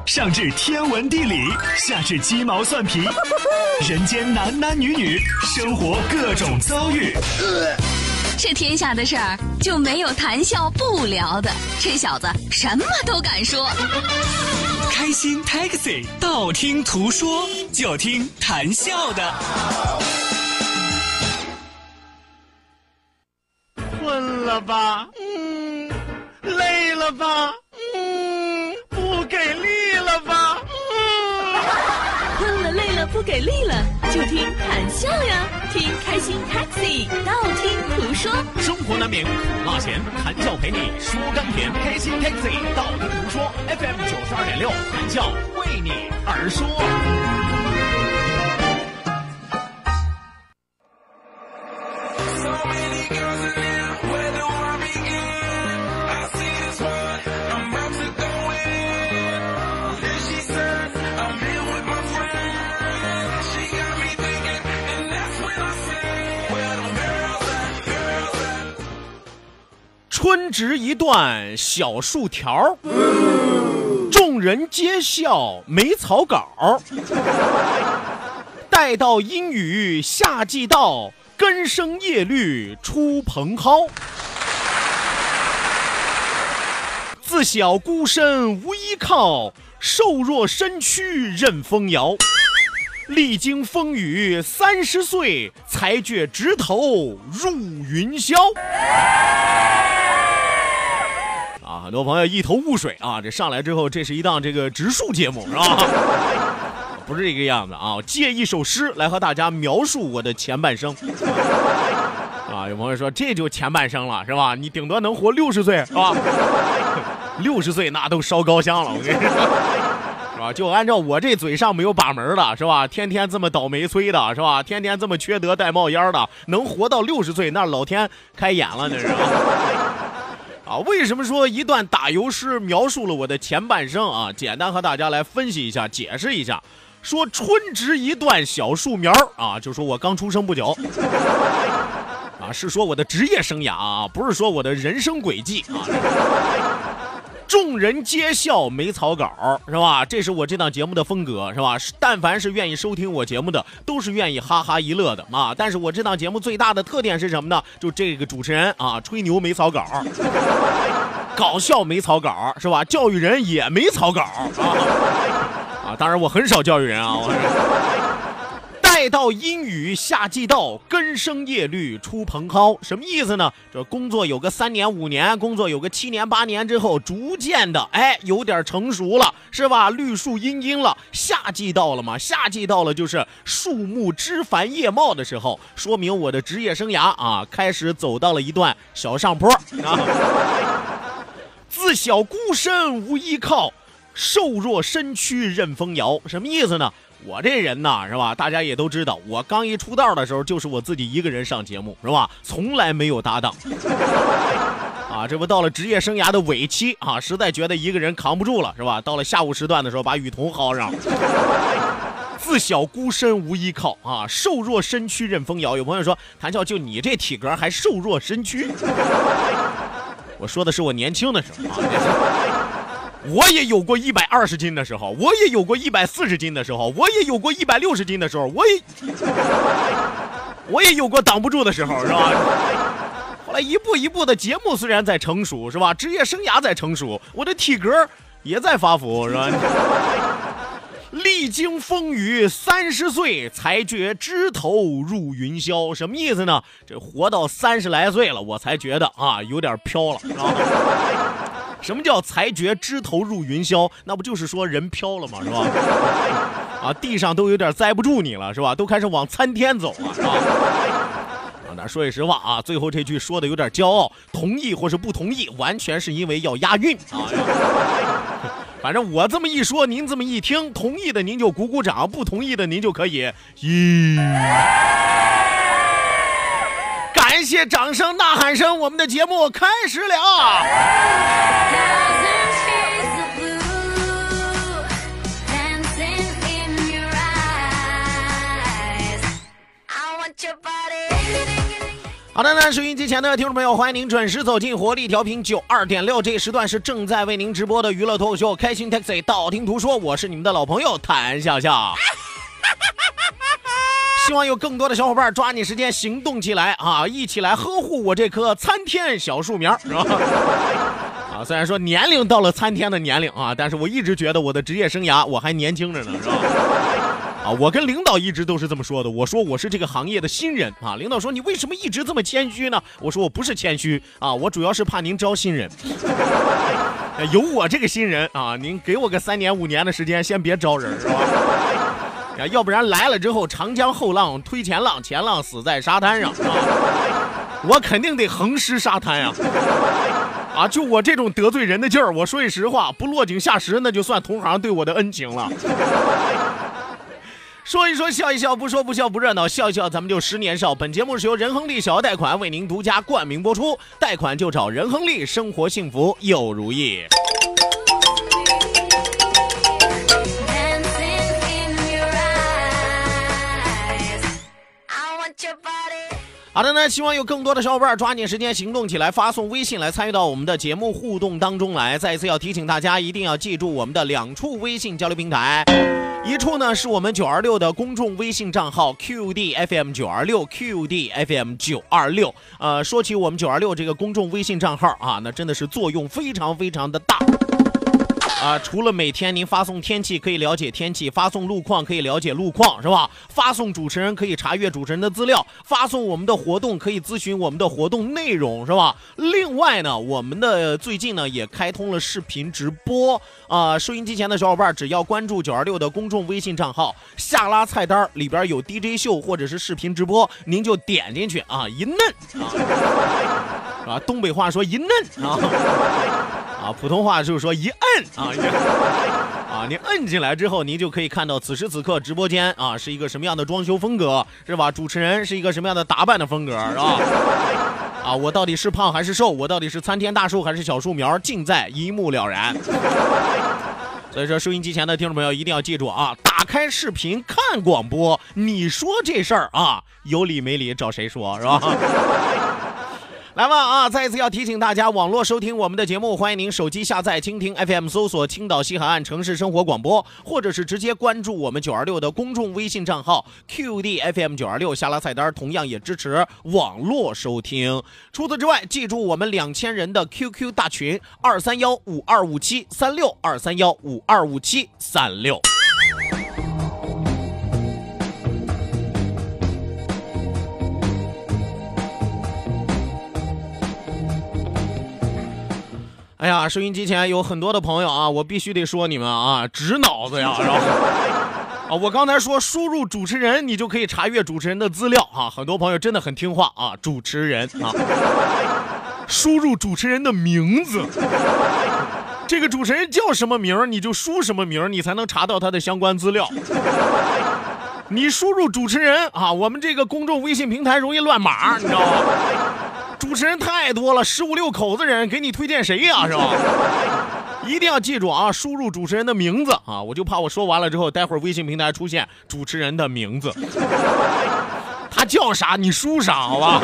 上至天文地理，下至鸡毛蒜皮，人间男男女女，生活各种遭遇。 这天下的事儿就没有谈笑不聊的，这小子什么都敢说。 开心 Taxi， 道听途说，就听谈笑的。 困了吧？累了吧？不给力了吧？ 困了累了不给力了，就听谈笑呀，听开心 Taxi， 道听途说。 生活难免苦辣咸，谈笑陪你说甘甜。开心 Taxi， 道听途说 FM 92.6，谈笑为你而说。 春值一段小树条，众人皆笑没草稿。待到阴雨夏季到，根生叶绿出蓬蒿。自小孤身无依靠，瘦弱身躯任风摇。历经风雨30岁，才觉直头入云霄。很多朋友一头雾水啊！这上来之后，这是一档这个植树节目是吧？不是这个样子啊！借一首诗来和大家描述我的前半生。啊，有朋友说这就前半生了是吧？你顶多能活60岁是吧？60岁那都烧高香了，我跟你说，是吧？就按照我这嘴上没有把门的是吧？天天这么倒霉催的是吧？天天这么缺德带冒烟的，能活到60岁，那老天开眼了，那是。为什么说一段打油诗描述了我的前半生啊？简单和大家来分析一下，解释一下。说春值一段小树苗啊，就说我刚出生不久啊，是说我的职业生涯啊，不是说我的人生轨迹啊。众人皆笑没草稿是吧？这是我这档节目的风格是吧？但凡是愿意收听我节目的，都是愿意哈哈一乐的啊。但是我这档节目最大的特点是什么呢？就这个主持人啊，吹牛没草稿，搞笑没草稿是吧？教育人也没草稿啊。当然我很少教育人啊。待到阴雨夏季到，根生叶绿出蓬蒿。什么意思呢？这工作有个3年5年，工作有个7年8年之后，逐渐的有点成熟了是吧？绿树茵茵了，夏季到了嘛，夏季到了就是树木枝繁叶茂的时候，说明我的职业生涯啊开始走到了一段小上坡啊。自小孤身无依靠，瘦弱身躯任风摇。什么意思呢？我这人呢是吧，大家也都知道，我刚一出道的时候就是我自己一个人上节目是吧，从来没有搭档啊。这不到了职业生涯的尾期啊，实在觉得一个人扛不住了是吧，到了下午时段的时候把雨桐薅上。自小孤身无依靠啊，瘦弱身躯任风摇。有朋友说谭笑，就你这体格还瘦弱身躯？我说的是我年轻的时候啊。我也有过120斤的时候，我也有过140斤的时候，我也有过160斤的时候，我也有过挡不住的时候，是吧？后来一步一步的节目虽然在成熟，是吧？职业生涯在成熟，我的体格也在发福，是吧？历经风雨30岁，才觉枝头入云霄。什么意思呢？这活到30来岁了，我才觉得啊，有点飘了，是吧？什么叫才觉枝头入云霄？那不就是说人飘了吗？是吧？啊，地上都有点栽不住你了，是吧？都开始往参天走了，是吧？那说句实话啊，最后这句说的有点骄傲，同意或是不同意，完全是因为要押韵啊。反正我这么一说，您这么一听，同意的您就鼓鼓掌，不同意的您就可以感谢掌声呐喊声，我们的节目开始了。 好的呢，收音机前的听众朋友，欢迎您准时走进活力调频92.6，这一时段是正在为您直播的娱乐脱口秀开心 Taxi 道听途说，我是你们的老朋友谭笑笑。希望有更多的小伙伴抓紧时间行动起来啊，一起来呵护我这棵参天小树苗，是吧？啊，虽然说年龄到了参天的年龄啊，但是我一直觉得我的职业生涯我还年轻着呢，是吧？啊，我跟领导一直都是这么说的，我说我是这个行业的新人啊。领导说你为什么一直这么谦虚呢？我说我不是谦虚啊，我主要是怕您招新人。有我这个新人啊，您给我个3年5年的时间，先别招人，是吧？要不然来了之后，长江后浪推前浪，前浪死在沙滩上，我肯定得横尸沙滩呀！啊，就我这种得罪人的劲儿，我说句实话，不落井下石，那就算同行对我的恩情了。说一说笑一笑，不说不笑不热闹，笑一笑咱们就10年少。本节目是由仁亨利小额贷款为您独家冠名播出，贷款就找仁亨利，生活幸福又如意。好的呢，希望有更多的小伙伴抓紧时间行动起来，发送微信来参与到我们的节目互动当中来。再一次要提醒大家，一定要记住我们的2处微信交流平台，一处呢是我们926的公众微信账号 QDFM926 QDFM926。说起我们926这个公众微信账号啊，那真的是作用非常非常的大。除了每天您发送天气可以了解天气，发送路况可以了解路况，是吧？发送主持人可以查阅主持人的资料，发送我们的活动可以咨询我们的活动内容，是吧？另外呢，我们的最近呢也开通了视频直播收音机前的小伙伴只要关注926的公众微信账号，下拉菜单里边有 DJ 秀或者是视频直播，您就点进去啊，一嫩啊，东北话说一嫩啊，普通话就是说一摁你摁进来之后，您就可以看到此时此刻直播间啊是一个什么样的装修风格，是吧？主持人是一个什么样的打扮的风格，是吧？我到底是胖还是瘦？我到底是参天大树还是小树苗？尽在一目了然。所以说，收音机前的听众朋友一定要记住啊，打开视频看广播，你说这事儿啊，有理没理找谁说，是吧？来吧啊！再一次要提醒大家，网络收听我们的节目，欢迎您手机下载蜻蜓 FM， 搜索青岛西海岸城市生活广播，或者是直接关注我们926的公众微信账号 QDFM926， 下拉菜单同样也支持网络收听。除此之外，记住我们2000人的 QQ 大群231525736 231525736。哎呀，收音机前有很多的朋友啊，我必须得说你们啊，直脑子呀！我刚才说输入主持人，你就可以查阅主持人的资料啊。很多朋友真的很听话啊，主持人啊，输入主持人的名字，这个主持人叫什么名，你就输什么名，你才能查到他的相关资料。你输入主持人啊，我们这个公众微信平台容易乱码，你知道吗？主持人太多了，15、16口子人，给你推荐谁呀，是吧？一定要记住啊，输入主持人的名字啊！我就怕我说完了之后，待会儿微信平台出现主持人的名字，他叫啥你输啥，好吧？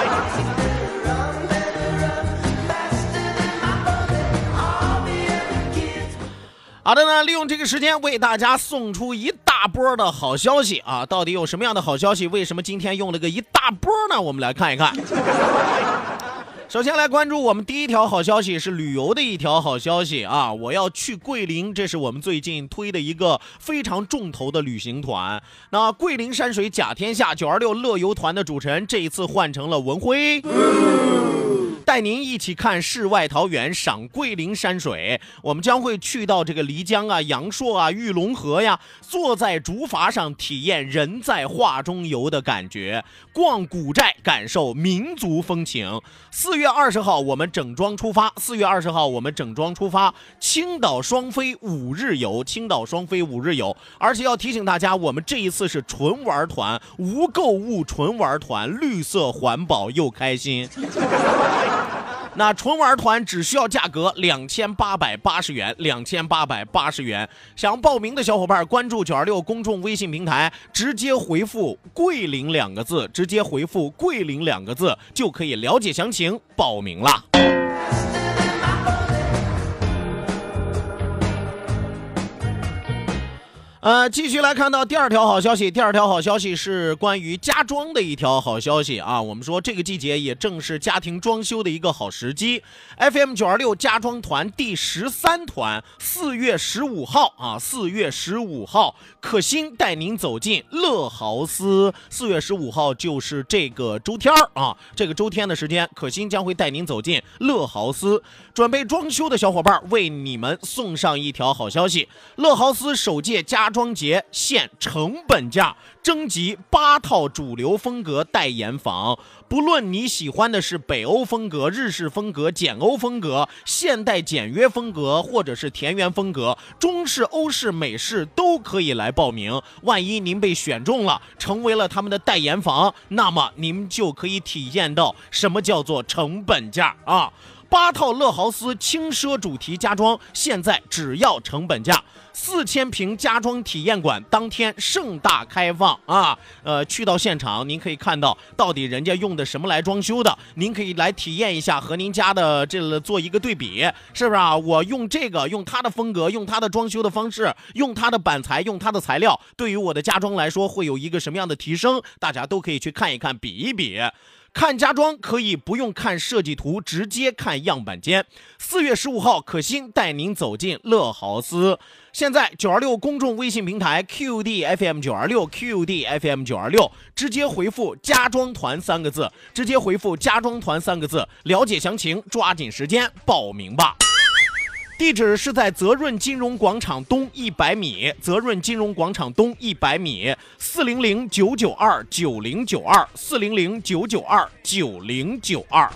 好的呢，利用这个时间为大家送出一大波的好消息啊！到底有什么样的好消息？为什么今天用了个一大波呢？我们来看一看。首先来关注我们第一条好消息，是旅游的一条好消息啊！我要去桂林，这是我们最近推的一个非常重头的旅行团。那桂林山水甲天下926乐游团的主持人这一次换成了文辉。带您一起看世外桃源，赏桂林山水。我们将会去到这个漓江啊、阳朔啊、玉龙河呀，坐在竹筏上体验人在画中游的感觉，逛古寨感受民族风情。4月20号我们整装出发，4月20号我们整装出发，青岛双飞5日游，青岛双飞5日游。而且要提醒大家，我们这一次是纯玩团，无购物，纯玩团，绿色环保又开心。 那纯玩团只需要价格2880元，2880元。想报名的小伙伴关注926公众微信平台，直接回复桂林2个字，直接回复桂林2个字就可以了解详情报名啦。继续来看到第二条好消息。第二条好消息是关于家装的一条好消息啊。我们说这个季节也正是家庭装修的一个好时机。FM 926家装团第13团4月15号啊，4月15号可心带您走进乐豪斯。4月15号就是这个周天啊，这个周天的时间，可心将会带您走进乐豪斯。准备装修的小伙伴为你们送上一条好消息：乐豪斯首届家装节现成本价征集8套主流风格代言房，不论你喜欢的是北欧风格、日式风格、简欧风格、现代简约风格，或者是田园风格、中式、欧式、美式，都可以来报名。万一您被选中了，成为了他们的代言房，那么您就可以体验到什么叫做成本价啊！8套乐豪斯轻奢主题家装，现在只要成本价。4000平家装体验馆当天盛大开放啊！去到现场，您可以看到到底人家用的什么来装修的，您可以来体验一下，和您家的这个做一个对比，是不是啊？我用这个，用它的风格，用它的装修的方式，用它的板材，用它的材料，对于我的家装来说会有一个什么样的提升？大家都可以去看一看，比一比。看家装可以不用看设计图，直接看样板间。4月15号，可心带您走进乐豪斯。现在926公众微信平台 QDFM926 直接回复家装团3个字，直接回复家装团3个字，了解详情，抓紧时间报名吧。地址是在泽润金融广场东100米，泽润金融广场东100米，400-992-9092，400-992-9092。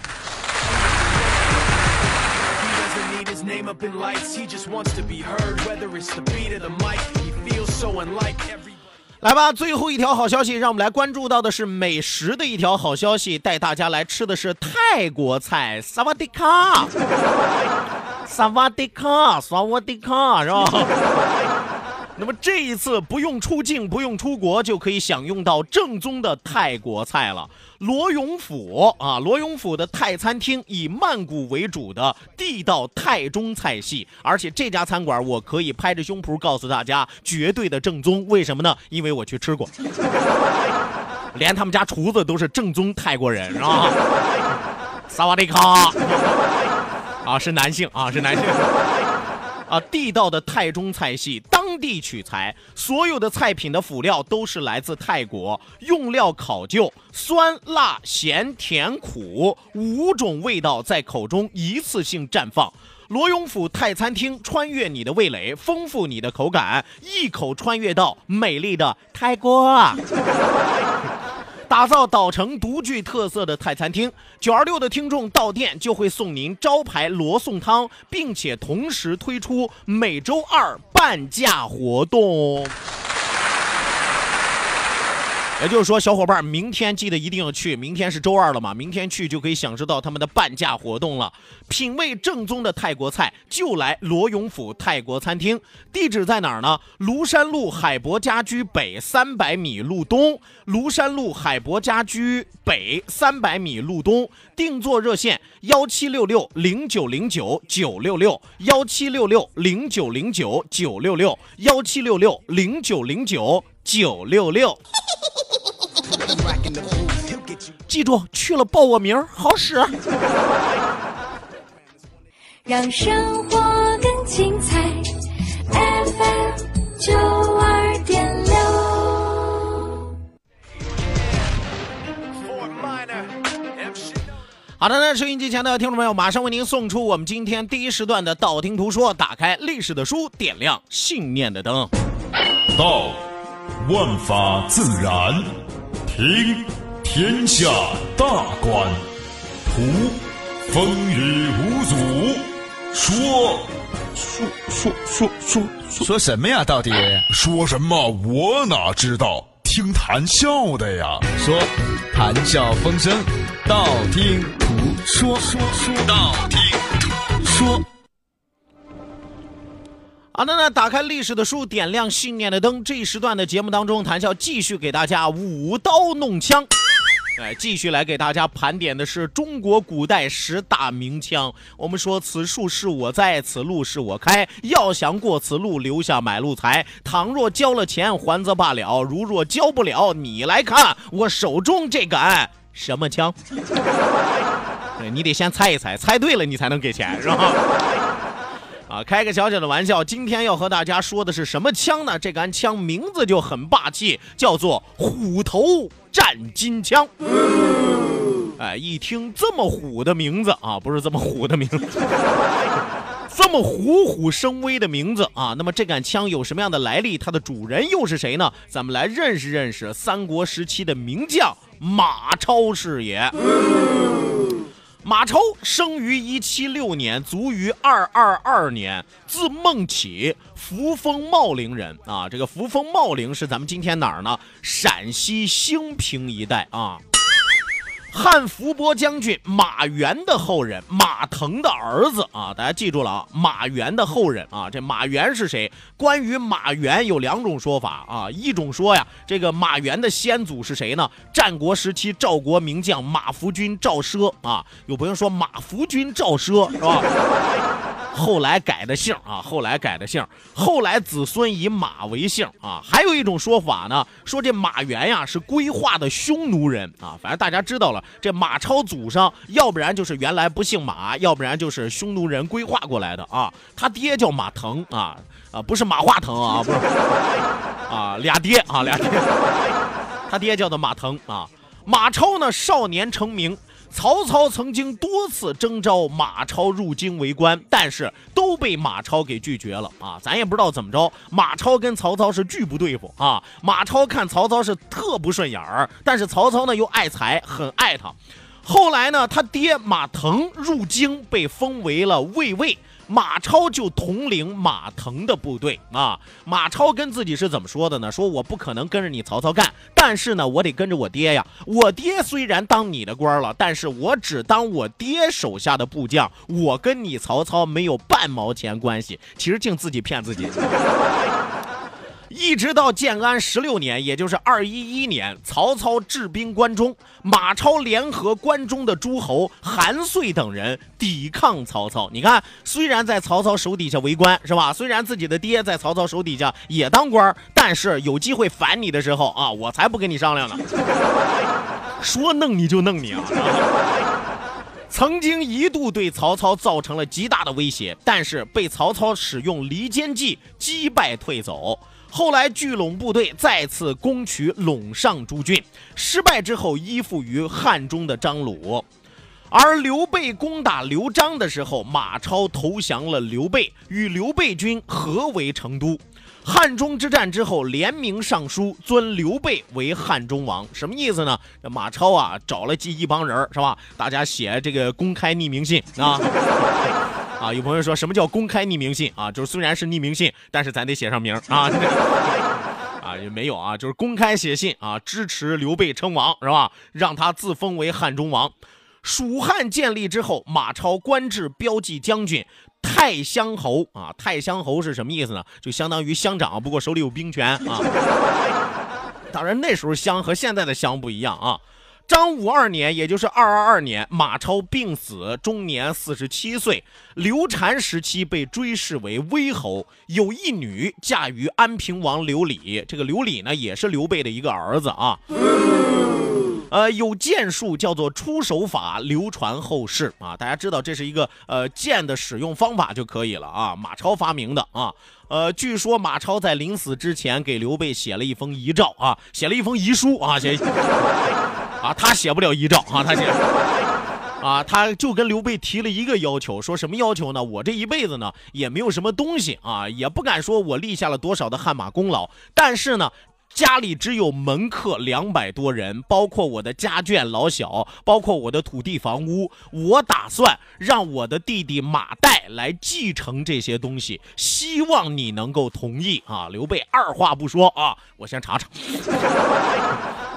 来吧，最后一条好消息，让我们来关注到的是美食的一条好消息，带大家来吃的是泰国菜，萨瓦迪卡，萨瓦迪卡，萨瓦迪卡，是吧？那么这一次不用出境，不用出国，就可以享用到正宗的泰国菜了。罗永府啊，罗永府的泰餐厅以曼谷为主的地道泰中菜系，而且这家餐馆我可以拍着胸脯告诉大家，绝对的正宗。为什么呢？因为我去吃过，连他们家厨子都是正宗泰国人，是吧？萨瓦迪卡啊，是男性啊，是男性。地道的泰中菜系，当地取材，所有的菜品的辅料都是来自泰国，用料考究，酸辣咸甜苦5种味道在口中一次性绽放。罗永府泰餐厅穿越你的味蕾，丰富你的口感，一口穿越到美丽的泰国。打造岛城独具特色的泰餐厅，926的听众到店就会送您招牌罗宋汤，并且同时推出每周2半价活动。也就是说，小伙伴明天记得一定要去，明天是周2了嘛，明天去就可以享受到他们的半价活动了。品味正宗的泰国菜，就来罗永府泰国餐厅。地址在哪儿呢？庐山路海博家居北300米路东，庐山路海博家居北300米路东。订座热线1766-0909-966，1766-0909-966，1766-0909-966。记住，去了报我名，好使。 让生活更精彩 ，FM92.6。 好的，那收音机前的听众朋友，马上为您送出我们今天第一时段的道听途说，打开历史的书，点亮信念的灯。 道，万法自然；听，天下大观；图，风雨无阻； 说什么呀？到底说什么？我哪知道？听谈笑的呀。 说谈笑风生。 道听途说，道听途说。 好的呢，打开历史的书，点亮信念的灯。这一时段的节目当中，谈笑继续给大家舞刀弄枪。继续来给大家盘点的是中国古代10大名枪。我们说此树是我栽，此路是我开，要想过此路，留下买路财。倘若交了钱还则罢了，如若交不了，你来看我手中这杆什么枪。你得先猜一猜，猜对了你才能给钱，是吧？开个小小的玩笑，今天要和大家说的是什么枪呢？这杆枪名字就很霸气，叫做虎头战金枪。一听这么虎的名字啊，不是这么虎的名字，这么虎虎生威的名字啊，那么这杆枪有什么样的来历？它的主人又是谁呢？咱们来认识认识三国时期的名将马超是也。马超生于176年，卒于222年，字孟起，扶风茂陵人啊。这个扶风茂陵是咱们今天哪儿呢？陕西兴平一带啊。汉伏波将军马援的后人，马腾的儿子啊，大家记住了啊，马援的后人啊。这马援是谁？关于马援有2种说法啊，一种说呀，这个马援的先祖是谁呢？战国时期赵国名将马服君赵奢啊。有朋友说马服君赵奢是吧？后来改的姓啊，后来子孙以马为姓啊。还有一种说法呢，说这马援呀是归化的匈奴人啊。反正大家知道了，这马超祖上要不然就是原来不姓马，要不然就是匈奴人归化过来的啊。他爹叫马腾啊，不是马化腾啊，不是啊，俩爹，他爹叫做马腾啊。马超呢少年成名。曹操曾经多次征召马超入京为官，但是都被马超给拒绝了啊！咱也不知道怎么着，马超跟曹操是巨不对付啊！马超看曹操是特不顺眼儿，但是曹操呢又爱才，很爱他。后来呢，他爹马腾入京，被封为了卫尉。马超就统领马腾的部队啊。马超跟自己是怎么说的呢？说我不可能跟着你曹操干，但是呢我得跟着我爹呀。我爹虽然当你的官了，但是我只当我爹手下的部将，我跟你曹操没有半毛钱关系。其实净自己骗自己。一直到建安16年，也就是211年，曹操治兵关中，马超联合关中的诸侯韩遂等人抵抗曹操。你看，虽然在曹操手底下为官是吧？虽然自己的爹在曹操手底下也当官，但是有机会反你的时候啊，我才不跟你商量呢。说弄你就弄你啊！曾经一度对曹操造成了极大的威胁，但是被曹操使用离间计击败退走。后来聚拢部队再次攻取陇上诸郡，失败之后依附于汉中的张鲁。而刘备攻打刘璋的时候，马超投降了刘备，与刘备军合围成都。汉中之战之后，联名上书尊刘备为汉中王。什么意思呢？这马超啊找了一帮人是吧？大家写这个公开匿名信啊。有朋友说什么叫公开匿名信啊？就是虽然是匿名信，但是咱得写上名啊。也没有啊，就是公开写信啊，支持刘备称王是吧？让他自封为汉中王。蜀汉建立之后，马超官至骠骑将军、太乡侯啊。太乡侯是什么意思呢？就相当于乡长，不过手里有兵权啊。当然那时候乡和现在的乡不一样啊。张武2年，也就是222年，马超病死，终年47岁。刘禅时期被追谥为威侯，有一女嫁于安平王刘礼。这个刘礼呢，也是刘备的一个儿子啊。有剑术叫做出手法，流传后世啊。大家知道这是一个剑的使用方法就可以了啊。马超发明的啊。据说马超在临死之前给刘备写了一封遗诏啊，写了一封遗书啊，他写不了遗诏啊，他就跟刘备提了一个要求，说什么要求呢？我这一辈子呢也没有什么东西啊，也不敢说我立下了多少的汗马功劳，但是呢家里只有门客200多人，包括我的家眷老小，包括我的土地房屋，我打算让我的弟弟马岱来继承这些东西，希望你能够同意啊。刘备二话不说啊，我先查查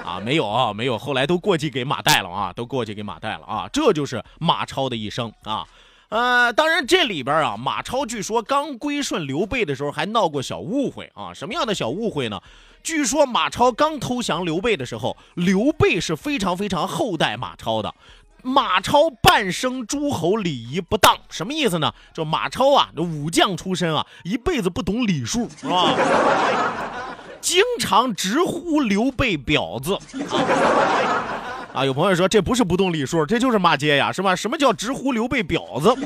啊，没有，后来都过继给马岱了啊，这就是马超的一生啊。当然这里边啊，马超据说刚归顺刘备的时候还闹过小误会啊。什么样的小误会呢？据说马超刚投降刘备的时候，刘备是非常非常厚待马超的。马超半生诸侯，礼仪不当，什么意思呢？就马超啊，这武将出身啊，一辈子不懂礼数，是吧？经常直呼刘备婊子啊！有朋友说这不是不懂礼数，这就是骂街呀，是吧？什么叫直呼刘备婊子？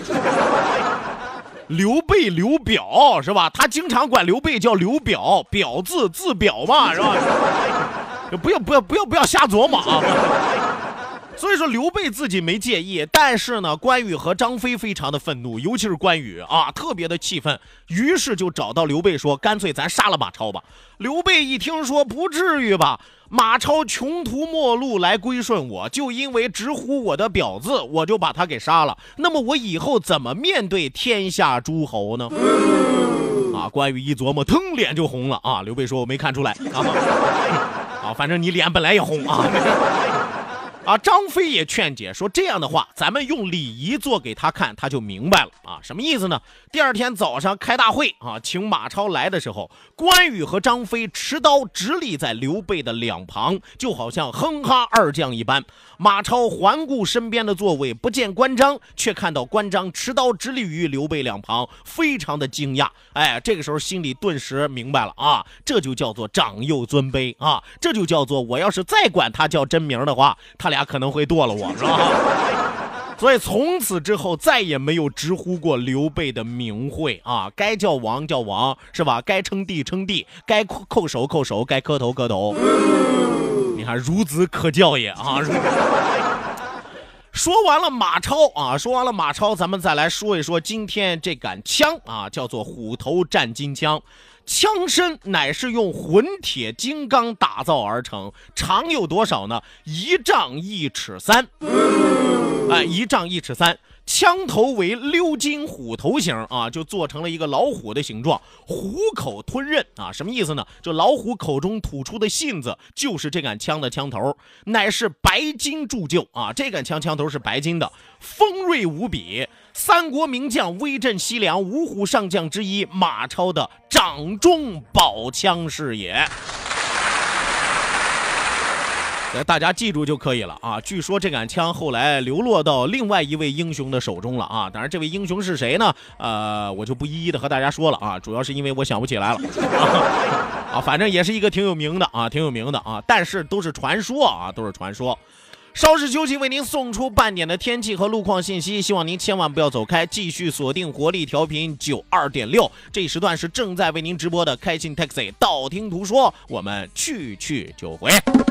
刘备刘表是吧？他经常管刘备叫刘表，表字自表嘛，是吧？不要瞎琢磨啊！所以说刘备自己没介意，但是呢，关羽和张飞非常的愤怒，尤其是关羽啊，特别的气愤，于是就找到刘备说，干脆咱杀了马超吧。刘备一听说不至于吧，马超穷途末路来归顺我，就因为直呼我的婊子，我就把他给杀了，那么我以后怎么面对天下诸侯呢？啊，关羽一琢磨，腾脸就红了啊。刘备说我没看出来啊，反正你脸本来也红啊。啊，张飞也劝解说，这样的话咱们用礼仪做给他看，他就明白了啊。什么意思呢？第二天早上开大会啊，请马超来的时候，关羽和张飞持刀直立在刘备的两旁，就好像哼哈二将一般。马超环顾身边的座位，不见关张，却看到关张持刀直立于刘备两旁，非常的惊讶。哎，这个时候心里顿时明白了啊，这就叫做长幼尊卑啊，这就叫做我要是再管他叫真名的话，他俩可能会剁了我，是吧？所以从此之后再也没有直呼过刘备的名讳啊，该叫王叫王，是吧？该称帝称帝，该叩首叩首，该磕头磕头。你看孺子可教也啊。说完了马超，咱们再来说一说今天这杆枪啊，叫做虎头战金枪。枪身乃是用混铁金刚打造而成，长有多少呢？1丈1尺3。1丈1尺3。枪头为鎏金虎头形啊，就做成了一个老虎的形状，虎口吞刃啊，什么意思呢？就老虎口中吐出的信子就是这杆枪的枪头，乃是白金铸就啊，这杆枪头是白金的，锋锐无比。三国名将威震西凉五虎上将之一马超的掌中宝枪是也。大家记住就可以了啊！据说这杆枪后来流落到另外一位英雄的手中了啊！当然，这位英雄是谁呢？我就不一一的和大家说了啊，主要是因为我想不起来了啊，反正也是一个挺有名的啊，但是都是传说啊，都是传说。稍事休息，为您送出半点的天气和路况信息，希望您千万不要走开，继续锁定活力调频92.6，这一时段是正在为您直播的开心 Taxi， 道听途说，我们去就回。